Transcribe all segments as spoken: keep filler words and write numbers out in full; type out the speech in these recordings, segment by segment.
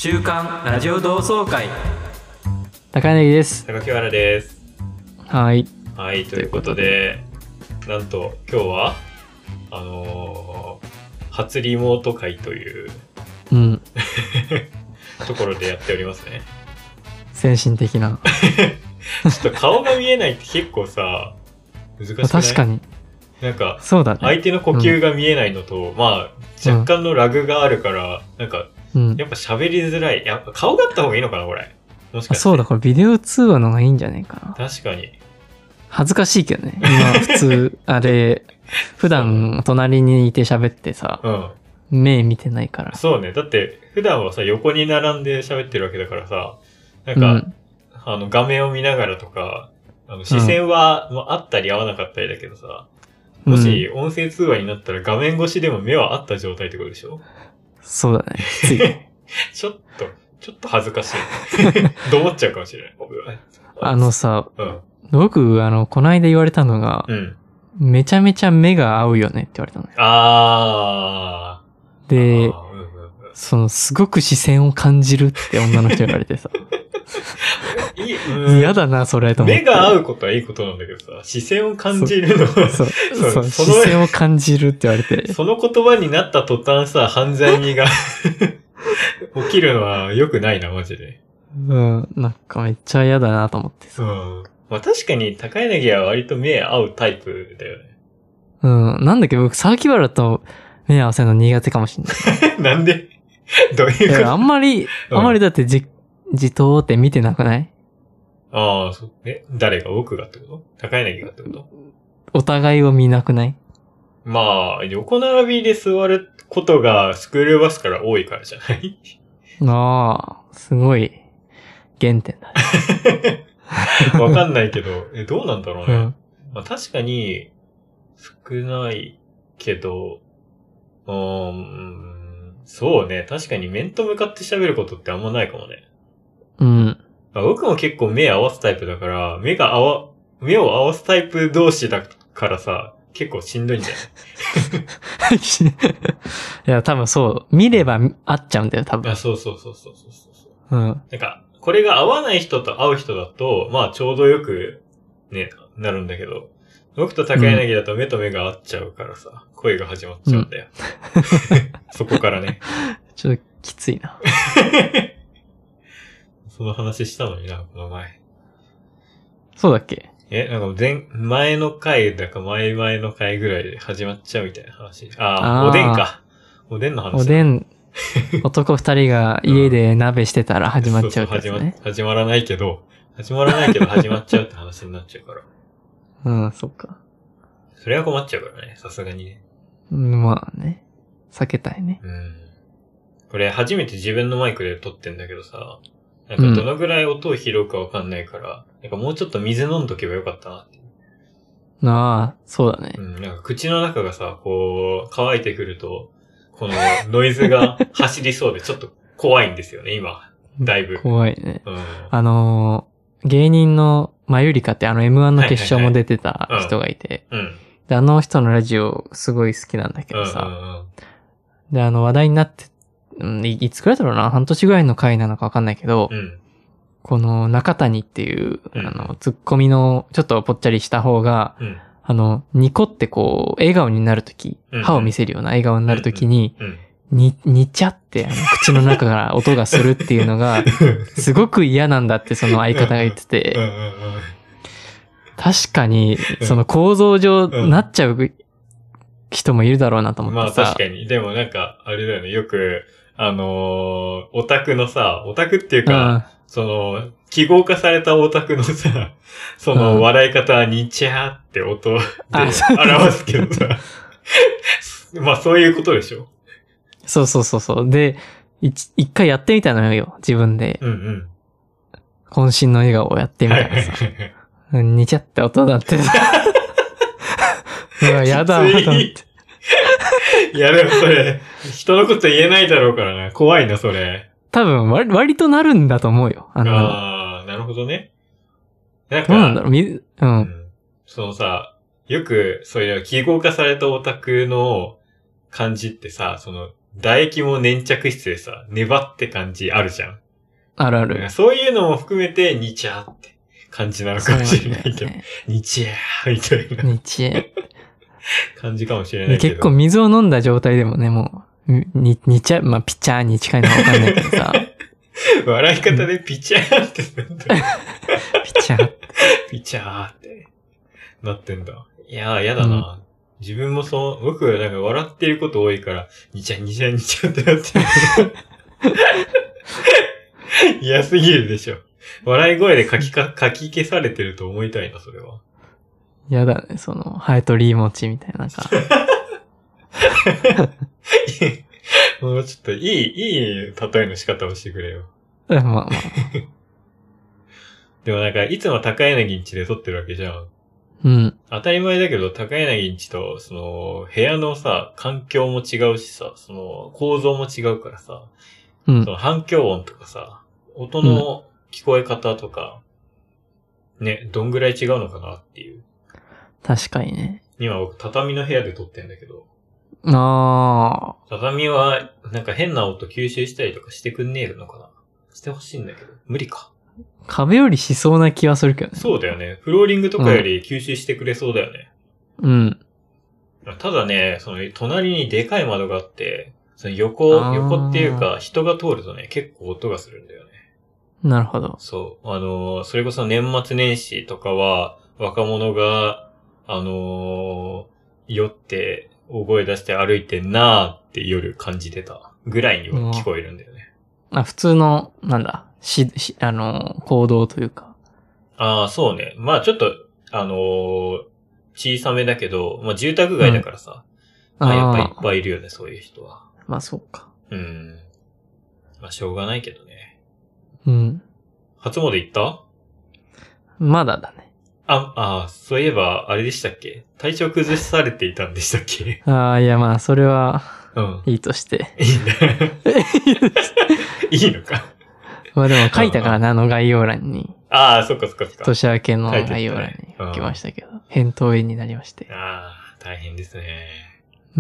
週刊ラジオ同窓会、 高柳です。 高木原です。 はい。 はい、ということで、なんと今日はあのー、初リモート会という、 うん、 ところでやっておりますね。 先進的な。 ちょっと顔が見えないって結構さ、難しくない？ 確かに。 なんか、 そうだね。 相手の呼吸が見えないのと、うん、まあ、若干のラグがあるから、うん、なんか、うん、やっぱ喋りづらい。やっぱ顔があった方がいいのかな、これ。もしかして。 そうだ、これビデオ通話の方がいいんじゃないかな。 確かに。 恥ずかしいけどね。今、普通、あれ、普段隣にいて喋ってさ、うん、目見てないから。 そうね。だって、普段はさ、横に並んで喋ってるわけだからさ、なんか、うん、あの、画面を見ながらとか、あの視線は、うん、あったり合わなかったりだけどさ、もし音声通話になったら画面越しでも目はあった状態ってことでしょ？ そうだね。ついちょっと、ちょっと恥ずかしい。どう思っちゃうかもしれない。僕は。 あのさ、うん、僕、あの、こないだ言われたのが、うん、めちゃめちゃ目が合うよねって言われたのよ。 あー。で、あー、うんうんうん、その、すごく視線を感じるって女の人言われてさ。嫌だな、それと思って。 目が合うことはいいことなんだけどさ、視線を感じるのは、 そう、そう、そう、視線を感じるって言われて。 その言葉になった途端さ、犯罪味が起きるのは良くないな、マジで。 うん、なんかめっちゃ嫌だなと思ってさ。 うん。まあ確かに高柳は割と目合うタイプだよね。 うん、なんだっけ、僕、沢木原と目合わせるの苦手かもしんない。 なんでどういうこと？ あんまり、あんまりだってじ、じとーって見てなくない？ ああ、そう。え、誰が僕がってこと？高柳がってこと？ お互いを見なくない？ まあ、横並びで座ることがスクールバスから多いからじゃない？ ああ、すごい原点だね。 わかんないけど、え、どうなんだろうね。うん、まあ確かに少ないけど、うーん、そうね。確かに面と向かって喋ることってあんまないかもね。 うん。 まあ、僕も結構目合わすタイプだから、目が合わ、目を合わすタイプ同士だからさ、結構しんどいんだよ。 いや、多分そう。見れば合っちゃうんだよ、多分。 あ、そうそうそうそうそうそう。 うん。 なんか、これが合わない人と合う人だと、まあちょうどよく、ね、なるんだけど、僕と高柳だと目と目が合っちゃうからさ、うん、恋が始まっちゃうんだよ。うん、そこからね。 ちょっときついな。 その話したのにな、この前。 そうだっけ？ え、なんか前、前の回だか前々の回ぐらいで始まっちゃうみたいな話。ああ、おでんか。おでんの話。 おでん、男二人が家で鍋してたら始まっちゃうってやつね。 そうそう、始ま、始まらないけど、始まらないけど始まっちゃうって話になっちゃうから。 うん、そっか。 それは困っちゃうからね、さすがにね。 うん、まあね。避けたいね。 うん。これ初めて自分のマイクで撮ってんだけどさ、なんかどのぐらい音を拾うかわかんないから、うん、なんかもうちょっと水飲んどけばよかったなって。 ああ、そうだね。 うん、なんか口の中がさ、こう、乾いてくると、このノイズが走りそうでちょっと怖いんですよね、今。だいぶ。 怖いね。うん、あのー、芸人のマユリカってあの エムワン の決勝も出てた人がいて、で、あの人のラジオすごい好きなんだけどさ、うんうんうん、で、あの話題になって、うん、いつくらいだろうな、半年ぐらいの回なのかわかんないけど、うん、この中谷っていう、うん、あの、ツッコミのちょっとぽっちゃりした方が、うん、あの、ニコってこう、笑顔になるとき、うん、歯を見せるような笑顔になるときに、うんうん、に、にちゃってあの口の中から音がするっていうのが、すごく嫌なんだってその相方が言ってて、確かに、その構造上なっちゃう人もいるだろうなと思ってさ。 まあ確かに。でもなんか、あれだよね、よく、あのー、オタクのさ、オタクっていうか、うん、その、記号化されたオタクのさ、その笑い方はニチャーって音で表すけどさ、まあそういうことでしょ。 そうそうそうそう。で、一回やってみたのよ、自分で。うんうん。渾身の笑顔をやってみたらさ、ニチャって音だってさ、うわ、やだ、と思って。 いやでもそれ、人のこと言えないだろうからな。怖いな、それ。 多分割、割となるんだと思うよ。 あのああ、なるほどね。なんか、 どうなんだろう、み、うん、うん。 そのさ、よく、そういう記号化されたオタクの感じってさ、その、 唾液も粘着質でさ、粘って感じあるじゃん。 あるある。 そういうのも含めて、ニチャーって感じなのかもしれないけど。ね、ニチャーみたいな。 ニチャー。 感じかもしれないけど。 結構水を飲んだ状態でもね、もう、に、ニチャー、まあ、ピッチャーに近いのかわかんないけどさ。 笑い方でピチャーってなんだ。 ピチャーって。 ピチャーってなってんだ。いやー、やだな。うん、自分もそう、僕はなんか笑ってること多いから、ニチャニチャニチャってなってる。嫌すぎるでしょ。笑い声で書きか、書き消されてると思いたいな、それは。 やだね、その、ハエとリーモチみたいな、なんか。 もうちょっといい、いい例えの仕方をしてくれよ。 まあまあ。 でもなんか、いつも高柳んちで撮ってるわけじゃん。 うん。 当たり前だけど、高柳んちと、その、部屋のさ、環境も違うしさ、その、構造も違うからさ、 うん、 その反響音とかさ、音の聞こえ方とか、うん、ね、どんぐらい違うのかなっていう。 確かにね。 今僕、畳の部屋で撮ってんだけど。 ああ。 畳は、なんか変な音吸収したりとかしてくんねえのかな。してほしいんだけど。無理か。 壁よりしそうな気はするけどね。 そうだよね。フローリングとかより吸収してくれそうだよね。 うん。 ただね、その、隣にでかい窓があって、その横、横っていうか、人が通るとね、結構音がするんだよね。 なるほど。 そう。あのー、それこそ年末年始とかは、若者が、あのー、酔って、大声出して歩いてんなーって夜感じてたぐらいには聞こえるんだよね。 うん、あ、普通の、なんだ、し、し、あのー、行動というか。 ああ、そうね。まあちょっと、あのー、小さめだけど、まあ住宅街だからさ。うん、まあやっぱいっぱいいるよね、そういう人は。 まあそうか。 うん。まあしょうがないけどね。 うん。 初詣行った？ まだだね。 あ、ああ、そういえば、あれでしたっけ？体調崩されていたんでしたっけ？ ああ、いやまあ、それは、 うん。 いいとして。 いいんだ。いいのか。 まあでも書いたからな、あの概要欄に。 ああ、そっかそっかそっか。 年明けの概要欄に書きましたけど、扁桃炎になりまして。 ああ、大変ですね。 うん。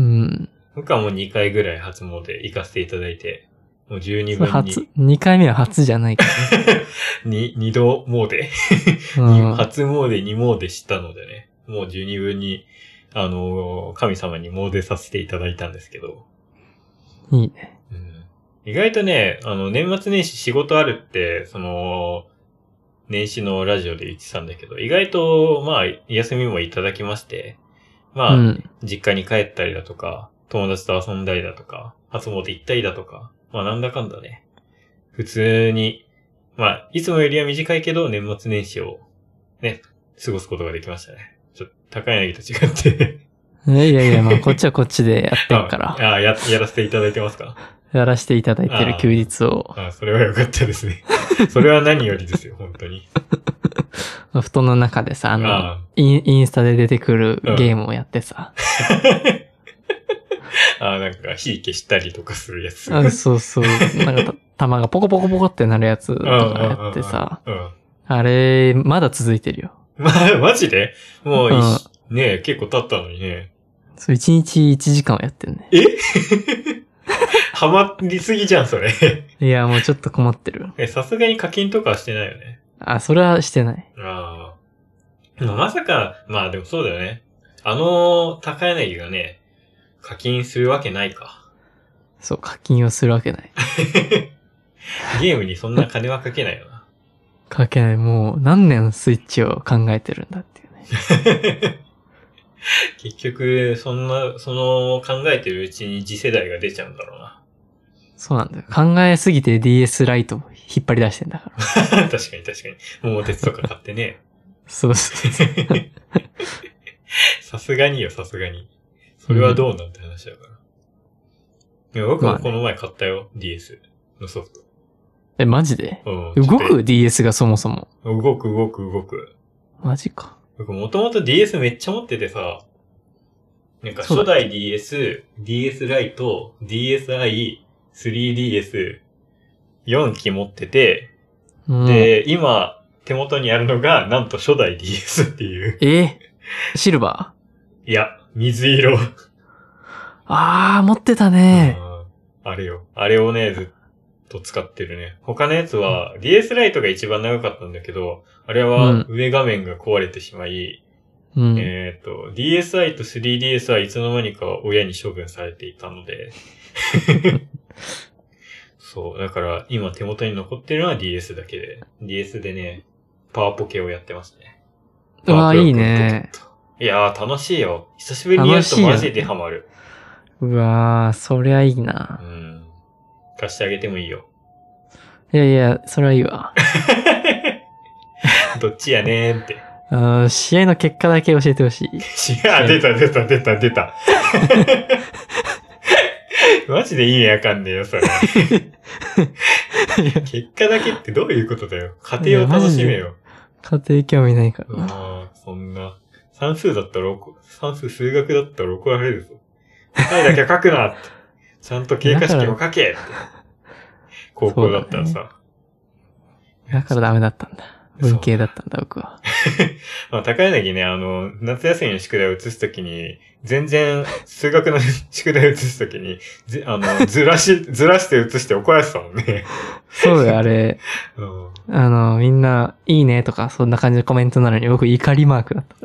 僕はもうにかいぐらい初詣行かせていただいて、もう十二分に。 初、にかいめは初じゃないから。 に、二度詣、うん、初詣二詣したのでね、もう十二分に、あのー、神様に詣させていただいたんですけど。 いいね。 うん、意外とね、あの、年末年始仕事あるって、その、年始のラジオで言ってたんだけど、意外と、まあ、休みもいただきまして、まあ、うん、実家に帰ったりだとか、友達と遊んだりだとか、初詣行ったりだとか、まあなんだかんだね。普通に、まあ、いつもよりは短いけど、年末年始を、ね、過ごすことができましたね。ちょっと、高柳と違って。 いやいや、まあ、こっちはこっちでやってるから。 ああ、や、やらせていただいてますか？ やらせていただいてる休日を。 ああ、それはよかったですね。それは何よりですよ、本当に。 布団の中でさ、あの、あイン、インスタで出てくるゲームをやってさ。 うん、ああ、なんか火消したりとかするやつ。 あそうそう。なんか弾がポコポコポコってなるやつとかやってさ。 うん。 あれ、まだ続いてるよ。 ま、マジでもう、うん、ねえ、結構経ったのにね。 そう、いちにちいちじかんはやってんね。 えハマりすぎじゃん、それ。 いや、もうちょっと困ってる。 え、さすがに課金とかはしてないよね。 あ、それはしてない。 ああ。まさか、まあでもそうだよね。あの、高柳がね、課金するわけないか。 そう、課金をするわけない。 ゲームにそんな金はかけないよな。 かけない。もう何年スイッチを考えてるんだっていうね。 結局、そんな、その考えてるうちに次世代が出ちゃうんだろうな。 そうなんだよ。考えすぎて ディーエス ライトを引っ張り出してんだから。 確かに確かに。桃鉄とか買ってね。 そうそうそう。 さすがによ、さすがに。それはどうなんて話だから。うん、いや僕もこの前買ったよ、まあね、ディーエス のソフト。 え、マジで？ うん。 動く ディーエス がそもそも。 動く動く動く。 マジか。 僕もともと ディーエス めっちゃ持っててさ、なんか初代 ディーエス、ディーエス ライト、ディーエスアイ、スリーディーエス、よんき持ってて、うん、で、今手元にあるのがなんと初代 ディーエス っていう。 えー、シルバー？いや、水色。 あー、持ってたね。 あれよ。あれをね、ずっと使ってるね。他のやつは、ディーエス ライトが一番長かったんだけど、あれは上画面が壊れてしまい、うん、えっと、ディーエスアイ と スリーディーエス はいつの間にか親に処分されていたので。そう。だから今手元に残ってるのは ディーエス だけで。ディーエス でね、パワーポケをやってますね。 うわ、いいね。 いやー楽しいよ。久しぶりにやるとマジでハマる。 うわー、そりゃいいな。 うん。貸してあげてもいいよ。 いやいや、それはいいわ。 どっちやねーって。 あ試合の結果だけ教えてほしい。 試合、出た出た出た出た。マジで意味わかんねえよ、それ。結果だけってどういうことだよ。家庭を楽しめよ。 家庭興味ないからな。 ああ、そんな。算数だったら、算数数学だったら怒られるぞ。答えだけ書くなって。ちゃんと経過式も書けって。高校だったらさ。 だからダメだったんだ。文系だったんだ、僕は。 まあ、高柳ね、あの、夏休みの宿題を移すときに、全然、数学の宿題を移すときに、ず、あの、ずらし、ずらして移して怒られてたもんね。 そうだよ、あれ。 うん、 あの、みんな、いいねとか、そんな感じのコメントなのに、僕怒りマークだった。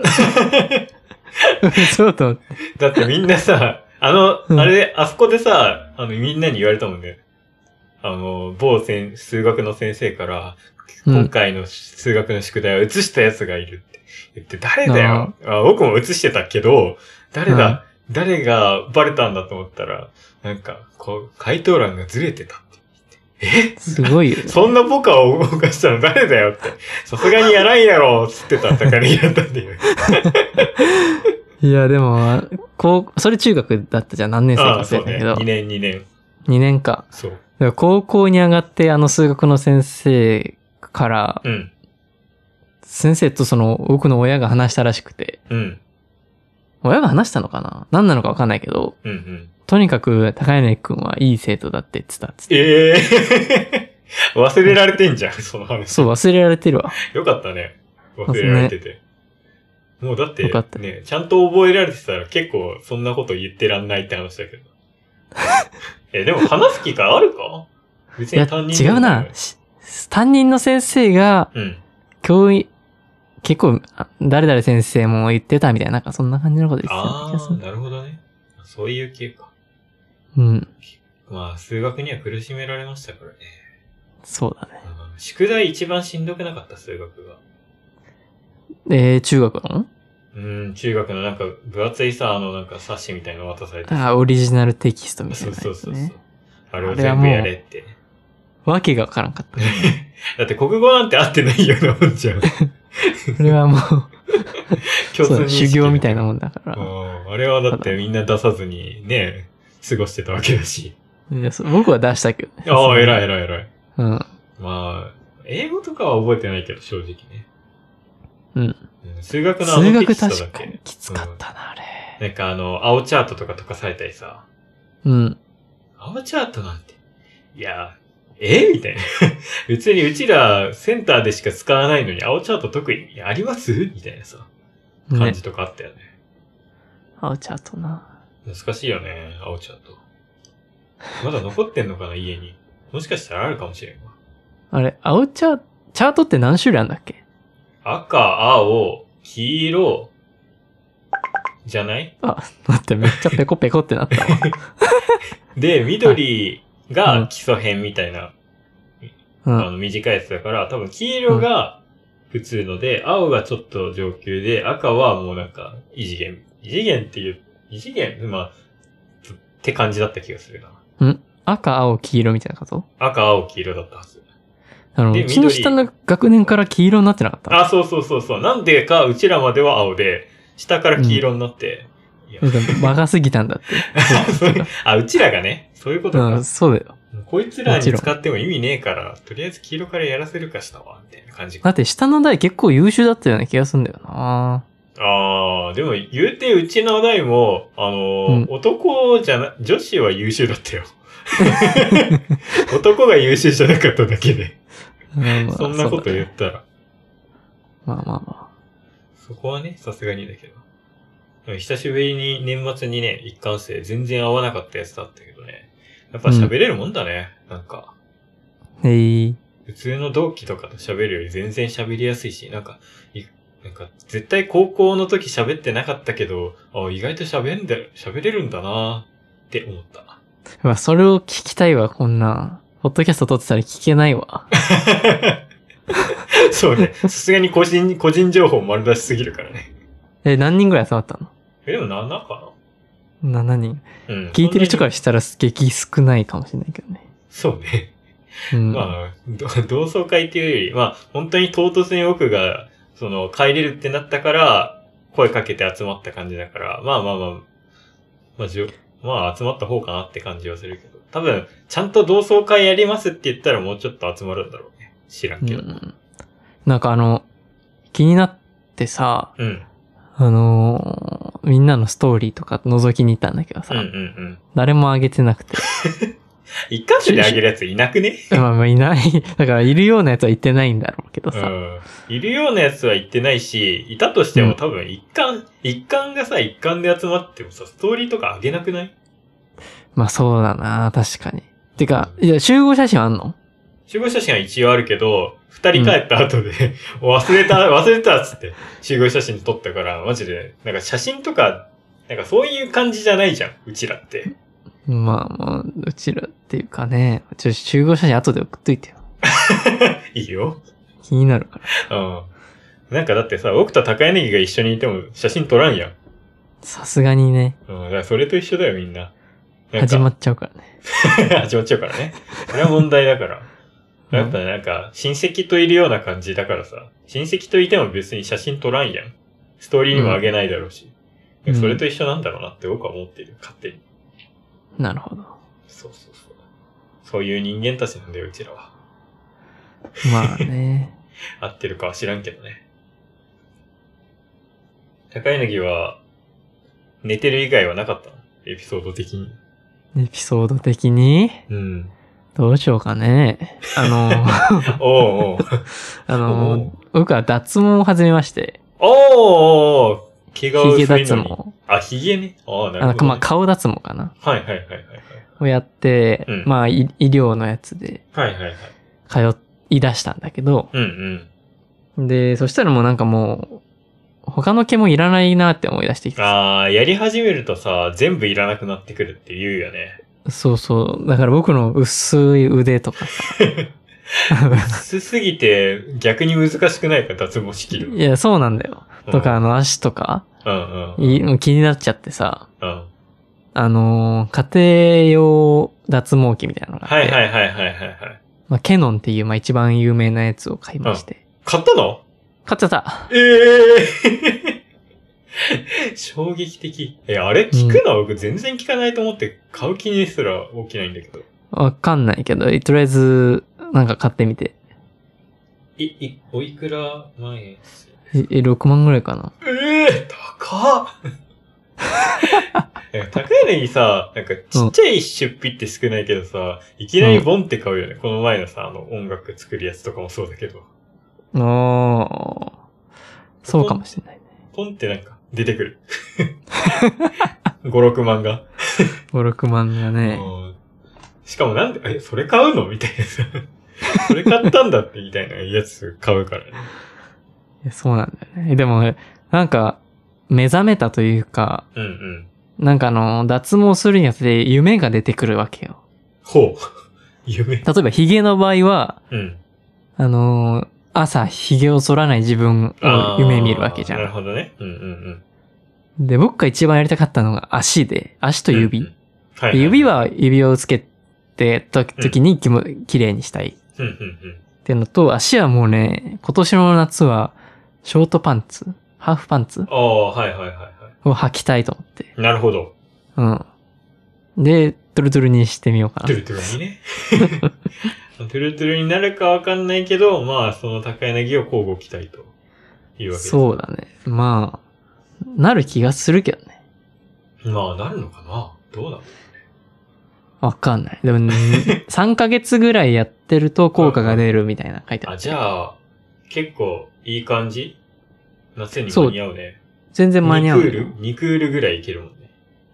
そうと思って。 だってみんなさ、あの、うん、あれ、あそこでさ、あの、みんなに言われたもんね。あの、某先数学の先生から、今回の数学の宿題を移したやつがいるって言って、誰だよ。あ僕も移してたけど、誰だ、うん、誰がバレたんだと思ったら、なんか、こう、回答欄がずれてたって言って。えすごいよ、ね。 そんな僕は動かしたの誰だよって。さすがにやらんやろつってた高柳だったんだよ。 いや、でも、こう、それ中学だったじゃん。何年生か忘れたけど。 にねん、にねん。 にねんか。 そう。 高校に上がって、あの数学の先生から、 うん、 先生とその、僕の親が話したらしくて。 うん、 親が話したのかな何なのかわかんないけど、 うんうん、 とにかく、高柳くんはいい生徒だって言ってたっつって。 ええー、忘れられてんじゃん、その話。 そう、忘れられてるわ。 よかったね。忘れられてて。ね、もうだって、ね、ちゃんと覚えられてたら結構そんなこと言ってらんないって話だけど。え、でも話す機会あるか別に担任違うな。担任の先生が、 うん、 教員、結構、誰々先生も言ってたみたいな、なんかそんな感じのこと言ってた気がする。 ああ、なるほどね。そういう系か。 うん。 まあ、数学には苦しめられましたからね。 そうだね。 うん、宿題一番しんどくなかった、数学が。 えー、中学のうん、中学のなんか、分厚いさ、あの、なんか冊子みたいなの渡されて。 ああ、オリジナルテキストみたいな、ね。 そうそうそうそう。あれを全部やれって。 わけがわからんかった。 だって国語なんて合ってないようなもんじゃん。 これはもう共通に修行みたいなもんだから。 あれはだってみんな出さずにね、過ごしてたわけだし。 いや僕は出したけどね。 ああ、偉い偉い偉い。 うん。 まあ、英語とかは覚えてないけど、正直ね。 うん。 数学のあのテキストだけ。 数学確かにきつかったな、うん、あれ。 なんかあの、青チャートとか溶かされたりさ。 うん。 青チャートなんて。いや、えみたいな。別にうちらセンターでしか使わないのに青チャート特にありますみたいなさ。感じとかあったよね。ね青チャートな。 難しいよね、青チャート。まだ残ってんのかな、家に。もしかしたらあるかもしれんわ。 あれ、青チャート、チャートって何種類あるんだっけ？ 赤、青、黄色、じゃない？ あ、待って、めっちゃペコペコってなったわ。 で、緑が基礎編みたいな、 うん、 あの短いやつだから、多分黄色が普通ので、うん、青がちょっと上級で、赤はもうなんか異次元。異次元っていう、異次元まあ、って感じだった気がするな。ん赤、青、黄色みたいなこと？ 赤、青、黄色だったはず。 あの、うちの下の学年から黄色になってなかった？ あ、そうそうそうそう。なんでか、うちらまでは青で、下から黄色になって。 うん、いやバカすぎたんだって。 あ、うちらがね。そういうことか。 うん、そうだよ。 こいつらに使っても意味ねえから、とりあえず黄色からやらせるかしたわ、みたいな感じ。 だって下の代結構優秀だったような気がするんだよな。 ああ、でも言うてうちの代も、あのーうん、男じゃな、女子は優秀だったよ。男が優秀じゃなかっただけで。まあまあ、そんなこと言ったら。 まあまあまあ。 そこはね、さすがにだけど。久しぶりに年末にね、一貫生全然合わなかったやつだったけどね。 やっぱ喋れるもんだね。うん、なんか。 へー。 普通の同期とかと喋るより全然喋りやすいし、なんか、いなんか絶対高校の時喋ってなかったけど、あ、意外と喋んで、喋れるんだなって思った。 まあ、それを聞きたいわ、こんな。ポッドキャスト撮ってたら聞けないわ。 そうね。さすがに個人、個人情報丸出しすぎるからね。 え、何人ぐらい集まったの？ え、でもななかななにん。 な。うん。 聞いてる人からしたら激少ないかもしれないけどね。 そうね。 うん、 まあ、同窓会っていうより、まあ、本当に唐突に僕が、その、帰れるってなったから、声かけて集まった感じだから、まあまあまあ、まあ、じゅ、まあ集まった方かなって感じはするけど、多分、ちゃんと同窓会やりますって言ったらもうちょっと集まるんだろうね。知らんけど。うん、 なんかあの、気になってさ、 うん。 あのー、みんなのストーリーとか覗きに行ったんだけどさ、 うんうんうん、 誰もあげてなくて。 一箇所であげるやついなくね？ まあまあいない。だからいるようなやつは言ってないんだろうけどさ。 うん。いるようなやつは言ってないし、いたとしても多分一貫、うん、一貫がさ、一貫で集まってもさ、ストーリーとかあげなくない？ まあそうだな、確かに。てか、いや集合写真あんの？ 集合写真は一応あるけど、二人帰った後で、うん、忘れた、忘れたっつって集合写真撮ったから、マジで、なんか写真とか、なんかそういう感じじゃないじゃん、うちらって。 まあまあ、うちらっていうかね、ちょっと集合写真後で送っといてよ。 いいよ。 気になるから。うん。なんかだってさ、僕と高柳が一緒にいても写真撮らんやん。 さすがにね。 うん、だからそれと一緒だよみんな。 なん始まっちゃうからね。 始まっちゃうからね。それは問題だから。やっぱなんか、親戚といるような感じだからさ、親戚といても別に写真撮らんやん。ストーリーにもあげないだろうし。うん、それと一緒なんだろうなって僕は思ってる。勝手に。 なるほど。 そうそうそう。そういう人間たちなんだよ、うちらは。 まあね。 合ってるかは知らんけどね。高柳は、寝てる以外はなかったの？エピソード的に。 エピソード的に？ うん。 どうしようかね。あの、 おうおうあの、僕は脱毛を始めまして。 おー毛が薄いのに。 髭脱毛。 あ、髭ね。ああ、なるほど、ね。 あの、まあ、顔脱毛かな。 はいはいはいはい、はい。 をやって、うん、まあ医、医療のやつで。 はいはいはい。 通い出したんだけど。 うんうん。 で、そしたらもうなんかもう、他の毛もいらないなって思い出してきて。 ああ、やり始めるとさ、全部いらなくなってくるって言うよね。 そうそう。だから僕の薄い腕とかさ。 薄すぎて逆に難しくないか、脱毛しきる。 いや、そうなんだよ。うん、とか、あの足とか。 うんうん、 うん。気になっちゃってさ。 うん。 あのー、家庭用脱毛器みたいなのがあって。 はいはいはいはいはい、はい。 まあ、ケノンっていう、まあ一番有名なやつを買いまして。うん、 買ったの？ 買っちゃった。 ええー、衝撃的。え、あれ聞くの、うん、僕全然聞かないと思って買う気にすら起きないんだけど。 わかんないけど、とりあえず、なんか買ってみて。 い、い、おいくら万円？ え、ろくまんぐらいかな。 ええー、高っ高柳さ、なんかちっちゃい出費って少ないけどさ、うん、いきなりボンって買うよね。この前のさ、あの音楽作るやつとかもそうだけど。 ああ。そうかもしれないね。 ポンってなんか出てくる。ご、ろくまんが。 ご、ろくまんがね。 しかもなんで、え、それ買うのみたいなさ。それ買ったんだってみたいなやつ買うからね。 いやそうなんだよね。でも、なんか、目覚めたというか、 うんうん。 なんかあの、脱毛するにあたって夢が出てくるわけよ。 ほう。夢。 例えば、髭の場合は、 うん。 あのー、朝、髭を剃らない自分を夢見るわけじゃん。 なるほどね。うんうんうん。 で、僕が一番やりたかったのが足で、足と指。うんうんはいはい、 指は指輪をつけて、と、時にきも、綺麗にしたい。 うんうんうん。 っていうのと、足はもうね、今年の夏は、ショートパンツハーフパンツああ、はいはいはいはい。 を履きたいと思って。 なるほど。 うん。で、トゥルトゥルにしてみようかな。 トゥルトゥルにね。トゥルトゥルになるかわかんないけど、まあ、その高柳を交互期待というわけです。 そうだね。まあ、なる気がするけどね。 まあ、なるのかな？どうなの？ わかんない。でも、ね、さんかげつぐらいやってると効果が出るみたいな書いてある。 あ、じゃあ、結構いい感じ？夏に間に合うね。 全然間に合う。 にクール ?に クールぐらいいけるもんね。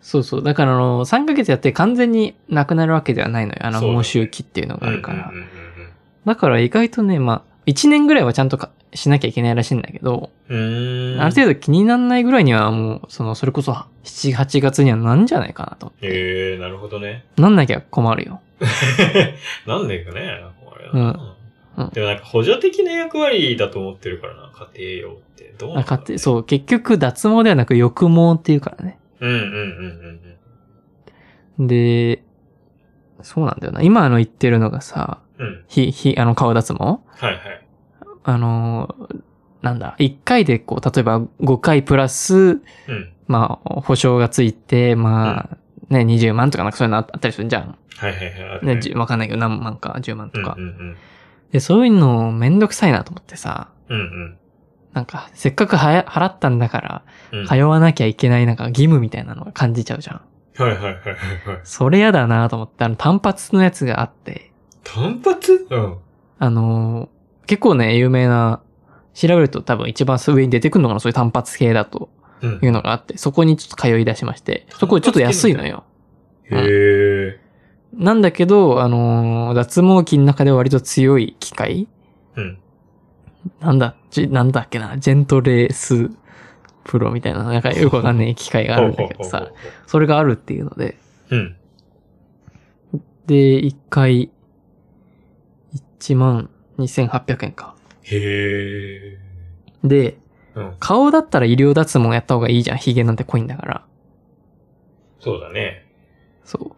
そうそう。だからあの、さんかげつやって完全になくなるわけではないのよ。あの、毛周期っていうのがあるから。 うんうんうんうん、 だから意外とね、まあ、いちねんぐらいはちゃんとかしなきゃいけないらしいんだけど、 うーんある程度気にならないぐらいにはもう、その、それこそしち、はちがつにはなんじゃないかなと思って。 へえー、なるほどね。 なんなきゃ困るよ。 なんでかね、これ。 うんうん、 でもなんか補助的な役割だと思ってるからな、家庭用って。どうなんだろう、ね、 家庭、そう、結局脱毛ではなく浴毛っていうからね。 うんうんうんうんうん。で、そうなんだよな。今あの言ってるのがさ、 うん。 ひ、ひ、あの顔脱毛はいはい。 あの、なんだ、いっかいでこう、例えばごかいプラス、 うん。 まあ、保証がついて、まあ、うん、ね、にじゅうまんとかなんかそういうのあったりするじゃん。 はいはいはい。 ね、ねわかんないけど何万か、じゅうまんとか。 うんうんうん、 で、そういうのめんどくさいなと思ってさ、 うんうん。 なんか、せっかくはや払ったんだから、 うん、 通わなきゃいけないなんか義務みたいなのが感じちゃうじゃん。 はいはいはいはい。 それやだなと思って、あの単発のやつがあって。 単発？うん。 あのー、結構ね、有名な、調べると多分一番上に出てくるのかな、そういう単発系だというのがあって、うん、そこにちょっと通い出しまして、そこちょっと安いのよ。 へー、 うん。なんだけど、あのー、脱毛器の中で割と強い機械、 うん。 なんだ、じ、なんだっけな、ジェントレースプロみたいな、なんかよくわかんない機械があるんだけどさ、それがあるっていうので、 うん。 で、一回、いちまんにせんはっぴゃくえんか。 へー。で、 うん、 顔だったら医療脱毛やった方がいいじゃん。ヒゲなんて濃いんだから。 そうだね。 そう。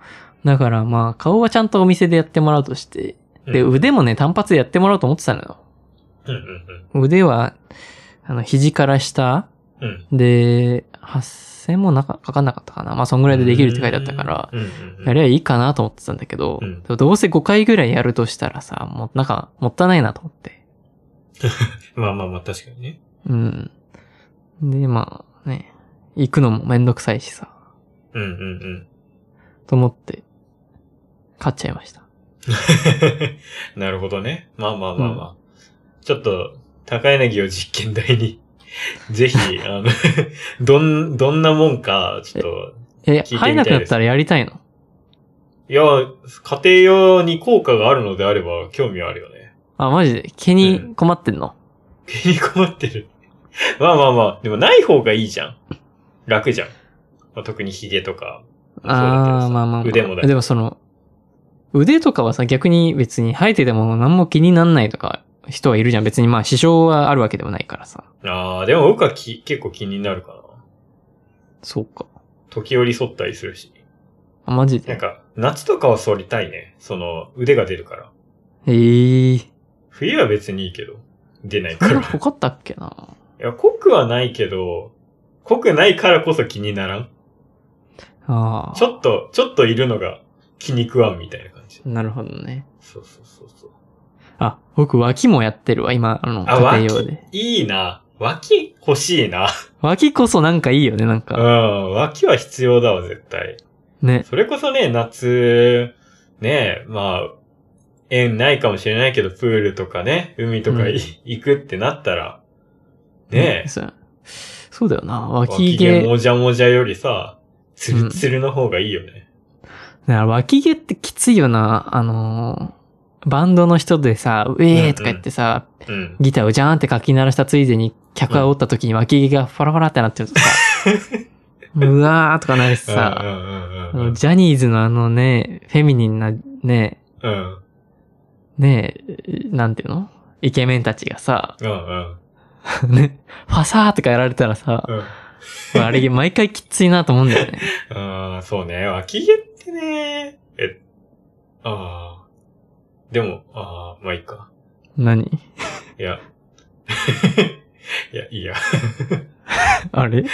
だからまあ、顔はちゃんとお店でやってもらうとして、で、うん、腕もね、単発でやってもらおうと思ってたのよ。 うんうんうん、 腕は、あの、肘から下、うん、で、はっせんもなか、かかんなかったかな。まあ、そんぐらいでできるって書いてあったから、うんうんうん、やりゃいいかなと思ってたんだけど、うん、どうせごかいぐらいやるとしたらさ、もうなんか、もったいないなと思って。 まあまあまあ、確かにね。 うん。で、まあね、行くのもめんどくさいしさ。 うんうんうん。 と思って、買っちゃいました。 なるほどね。まあまあまあまあ。うん、ちょっと、高柳を実験台に、ぜひ、あの、どん、どんなもんか、ちょっと聞いてみたいです。 え、入らなくなったらやりたいの？ いや、家庭用に効果があるのであれば、興味はあるよね。 あ、マジで毛に困ってんの？うん、 毛に困ってる。まあまあまあ、でもない方がいいじゃん。楽じゃん。まあ、特に髭とか。 ああ、まあまあ、まあ。 腕もだ。 でもその、腕とかはさ、逆に別に生えてても何も気になんないとか、人はいるじゃん。別にまあ支障はあるわけでもないからさ。 ああ、でも僕はき結構気になるかな。 そうか。 時折剃ったりするし。 あ、マジで？ なんか、夏とかは剃りたいね。その、腕が出るから。 へえー。 冬は別にいいけど、出ないから。 そんな濃かったっけな。 いや、濃くはないけど、濃くないからこそ気にならん。 ああ。 ちょっと、ちょっといるのが気に食わんみたいな感じ。 なるほどね。 そうそうそうそう。 あ、僕脇もやってるわ、今、あの、家庭用で。 いいな。脇欲しいな。 脇こそなんかいいよね、なんか。 うん、脇は必要だわ、絶対。 ね。 それこそね、夏、ね、まあ、縁ないかもしれないけど、プールとかね、海とか、うん、行くってなったら、ねえ。 そう、そうだよな、脇毛。脇毛もじゃもじゃよりさ、ツルツルの方がいいよね。 だから脇毛ってきついよな、あのー、バンドの人でさ、ウェーとか言ってさ、うんうん、ギターをジャーンって書き鳴らしたついでに客がおった時に脇毛がファラファラってなってるとさ、うわーとかなるしさ、ジャニーズのあのね、フェミニンなね、 うん、 ねなんていうの？イケメンたちがさ、 うんうん、ね、ファサーとかやられたらさ、うん、あれ毎回きついなと思うんだよね。 ああ、そうね。脇毛ってね、え、ああ。でも、ああ、まあいいか。 何？ いや。いや、いいや。 あれ？い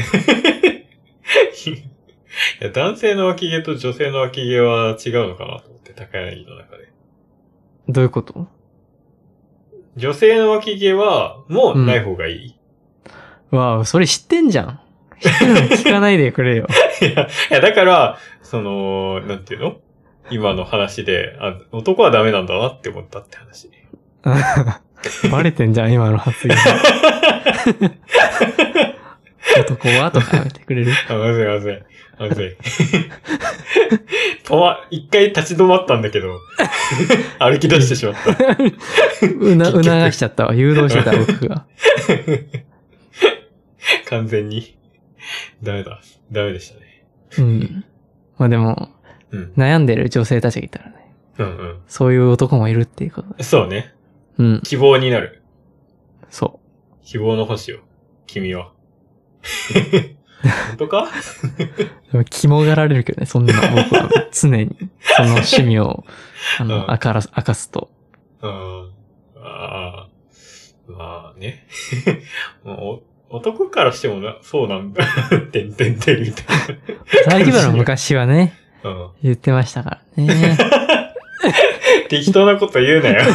や、男性の脇毛と女性の脇毛は違うのかなと思って、高柳の中で。 どういうこと？ 女性の脇毛は、もうない方がいい、 うん、わあ、それ知ってんじゃん。知ってるの聞かないでくれよ。 いや、いや、だから、その、なんていうの？今の話で、あ、男はダメなんだなって思ったって話。 バレてんじゃん、今の発言。 男はとかやめてくれる？ あ、まずいまずい。まずい。止ま、一回立ち止まったんだけど、歩き出してしまった。 うな、促しちゃったわ。誘導してた、僕が。 完全に。ダメだ。ダメでしたね。 うん。まあでも、うん、悩んでる女性たちがいたらね。 うんうん。 そういう男もいるっていうことで。 そうね。 うん。 希望になる。 そう。 希望の星よ。君は。本当か？ 肝がられるけどね、そんな僕は常に、その趣味を、あの、うん、明から、明かすと。 うん。ああ。まあね。もう男からしてもな、そうなんだ。てんてんてんみたいな。 大規模の昔はね、うん、言ってましたからね。 適当なこと言うなよ。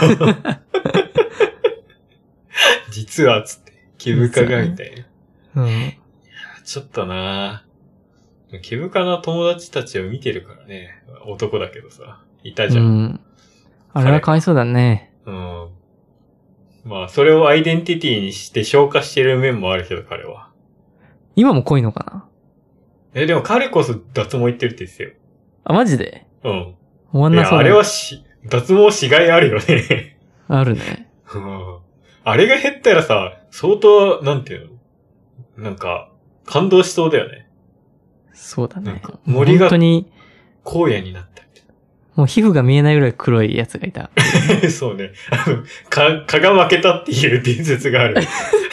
実は、つって、気深がみたいな。うん。ちょっとなぁ。気深な友達たちを見てるからね。男だけどさ。いたじゃん。うん。 あれはかわいそうだね。 うん。まあ、それをアイデンティティにして消化してる面もあるけど、彼は。 今も濃いのかな？ え、でも彼こそ脱毛行ってるって言ってたよ。 あ、マジで？ うん。 終わんなそうだ。 いや、あれはし、脱毛しがいあるよね。 あるね。 うん。あれが減ったらさ、相当、なんていうの？なんか、感動しそうだよね。 そうだね。 なんか森が本当に荒野になったみたいな。 もう皮膚が見えないぐらい黒いやつがいた。 そうね。あの、か、蚊が負けたっていう伝説がある。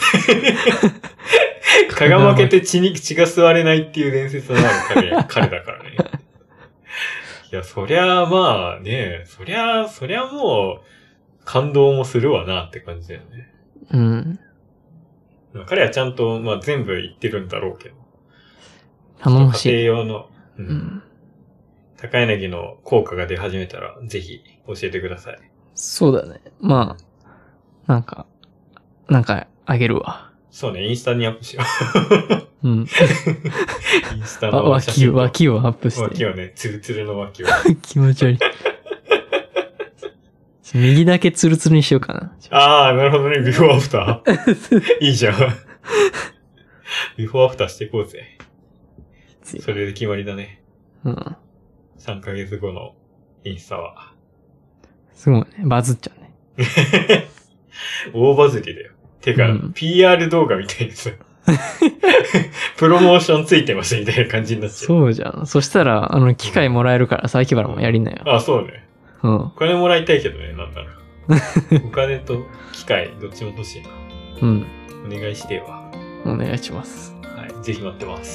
蚊が負けて血に血が吸われないっていう伝説のある彼、彼だからね。いや、そりゃまあね、そりゃ、そりゃもう感動もするわなって感じだよね。 うん。 彼はちゃんと、まあ、全部言ってるんだろうけど。 頼もしい。 家庭用の、うん。うん、高柳の効果が出始めたら、ぜひ教えてください。 そうだね。まあ、なんか、なんかあげるわ。 そうね、インスタにアップしよう。うん。 インスタの写真。 脇、脇をアップして。 脇をね、ツルツルの脇を。 気持ち悪い。右だけツルツルにしようかな。 ああ、なるほどね。ビフォーアフター。いいじゃん。ビフォーアフターしていこうぜ。それで決まりだね。 うん。 さんかげつごのインスタは。 すごいね。バズっちゃうね。 大バズりだよ。てか、うん、ピーアール 動画みたいにさ。プロモーションついてますみたいな感じになっちゃう。 そうじゃん。そしたら、あの、機械もらえるから、佐伯原もやりなよ。 あ、そうね。 うん。 お金もらいたいけどね、なんだろう。お金と機械、どっちも欲しいな。 うん。 お願いしてよ。 お願いします。 はい、ぜひ待ってます。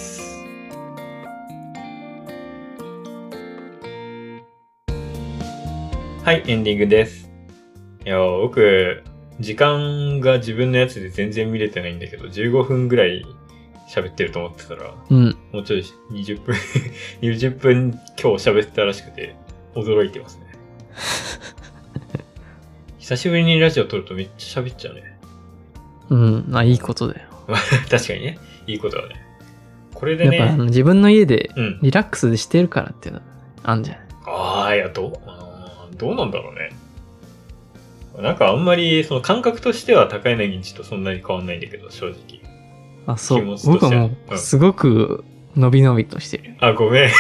はい、エンディングです。いや、僕、時間が自分のやつで全然見れてないんだけど、じゅうごふんぐらい喋ってると思ってたら、 うん。 もうちょいにじゅっぷん、にじゅっぷん今日喋ってたらしくて、驚いてますね。久しぶりにラジオ撮るとめっちゃ喋っちゃうね。 うん、まあいいことだよ。 確かにね、いいことだね。これでね。 やっぱ自分の家でリラックスでしてるからっていうのあんじゃない、 うん、ああ、いや、どう、あどうなんだろうね。なんかあんまりその感覚としては高柳んちとそんなに変わんないんだけど、正直。 あ、そう。僕はもうすごく伸び伸びとしてる。 あ、ごめん。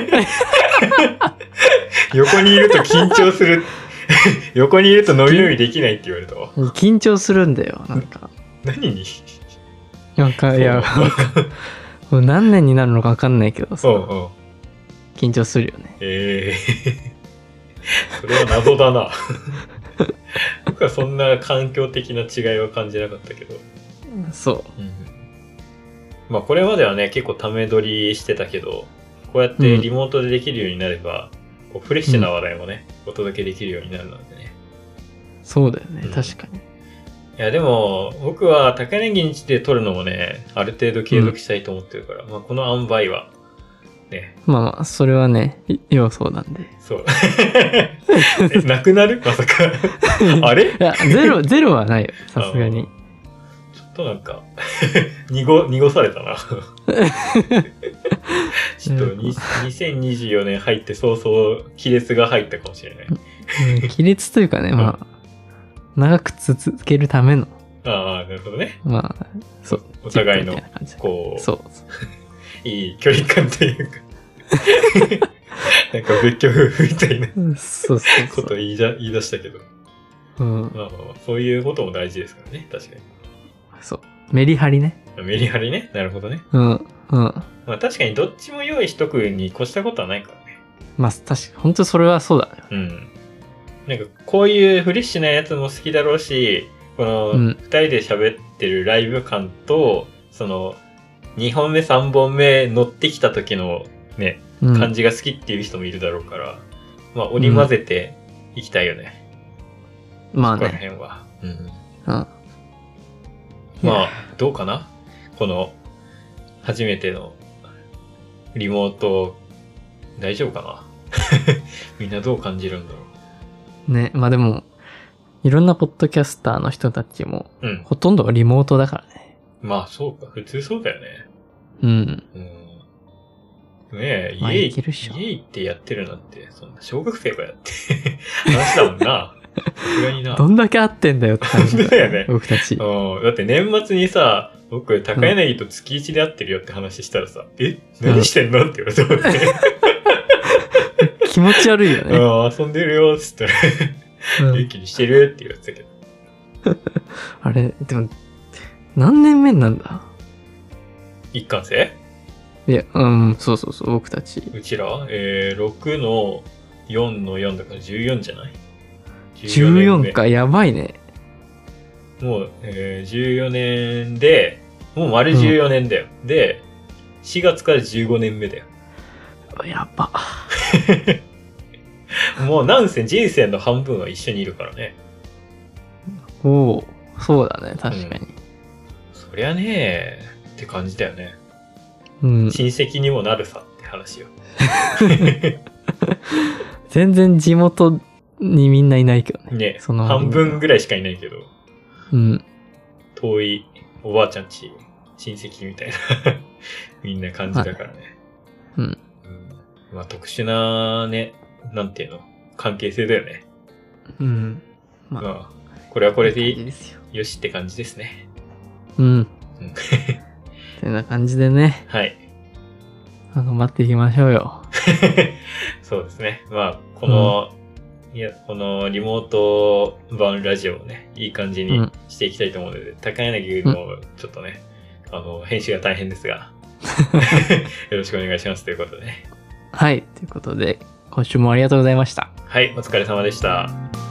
横にいると緊張する。横にいると伸び伸びできないって言われたわ。 緊張するんだよ、なんか。 何になんか、いや、もう何年になるのか分かんないけどさ。 おうおう緊張するよね。 ええー。それは謎だな。僕はそんな環境的な違いは感じなかったけど。 そう。 うん、まあこれまではね、結構ため撮りしてたけど、こうやってリモートでできるようになれば、うん、こうフレッシュな話題もね、うん、お届けできるようになるのでね。 そうだよね、 うん、 確かに。 いやでも、僕は高柳んちで撮るのもね、ある程度継続したいと思ってるから、うん、まあこの塩梅は、ね。 まあまあ、それはね、要素なんで。 そう。え、なくなるまさか。あれいや、ゼロ、ゼロはないよ。さすがに。 ちょっとなんか、濁、濁されたな。ちょっとにせんにじゅうよねん入って早々、亀裂が入ったかもしれない。 うん、亀裂というかね、まあ、うん、長く続けるためのああ、なるほどね。 まあ、そう。 お互いのみたいな感じだこう、 そう。 いい距離感というか、なんか別居夫婦みたいなそうそうそうことを言いだ言い出したけど、 うん。 まあまあ、そういうことも大事ですからね、確かに。 そう。メリハリね。 メリハリね。なるほどね。 うん。うん。 まあ確かにどっちも用意しとくに越したことはないからね。 まあ、確か本当それはそうだね。 うん。なんかこういうフレッシュなやつも好きだろうし、このうん二人で喋ってるライブ感と、そのにほんめさんぼんめ乗ってきた時のね、 うん、 感じが好きっていう人もいるだろうから、まあ織り交ぜていきたいよね。 まあここらね。 辺は。うん。 うん。 まあ、どうかなこの、初めてのリモート、大丈夫かなみんなどう感じるんだろね。まあでも、いろんなポッドキャスターの人たちも、 う。うん。 ほとんどがリモートだからね。 まあ、そうか。普通そうだよね。 うん。 うん。ねえ、 まあ家いけるっしょ家行ってやってるなんて、そんな小学生がやって話だもんな。さすがにな。 どんだけ合ってんだよって感じだよね僕たち。 うん。だって年末にさ、僕、高柳と月一で会ってるよって話したらさ、え何してんのって言われたもんね。 気持ち悪いよね。 うん、遊んでるよ、っつったら、 うん元気にしてるって言われてたけど。 あれ、でも、何年目なんだ一貫生いや、うん、そうそうそう、僕たち。 うちらえー、ろくのよんのよんだからじゅうよんじゃない ? じゅうよんか、やばいね。 もう、えー、じゅうよねんで、もう丸じゅうよねんだよ。うん、で、しがつからじゅうごねんめだよ。 やば。 もうなんせ人生の半分は一緒にいるからね。 おお、そうだね、確かに。うん、 そりゃねーって感じだよね。 うん。 親戚にもなるさって話よ。 全然地元にみんないないけどね。 ね、 その半分ぐらいしかいないけど。 うん。 遠いおばあちゃんち、親戚みたいなみんな感じだからね。 うん。 うん、まあ特殊なね、なんていうの、関係性だよね。 うん。 まあ、まあ、これはこれでいいよしって感じですね。 うん。 うんてな感じでね。 はい。 頑張っていきましょうよ。 そうですね。まあ、この、うん、いや、このリモート版ラジオをね、いい感じにしていきたいと思うので、うん、高柳君のちょっとね、うん、あの、編集が大変ですが、よろしくお願いしますということでね。 はい。ということで、今週もありがとうございました。 はい、お疲れ様でした。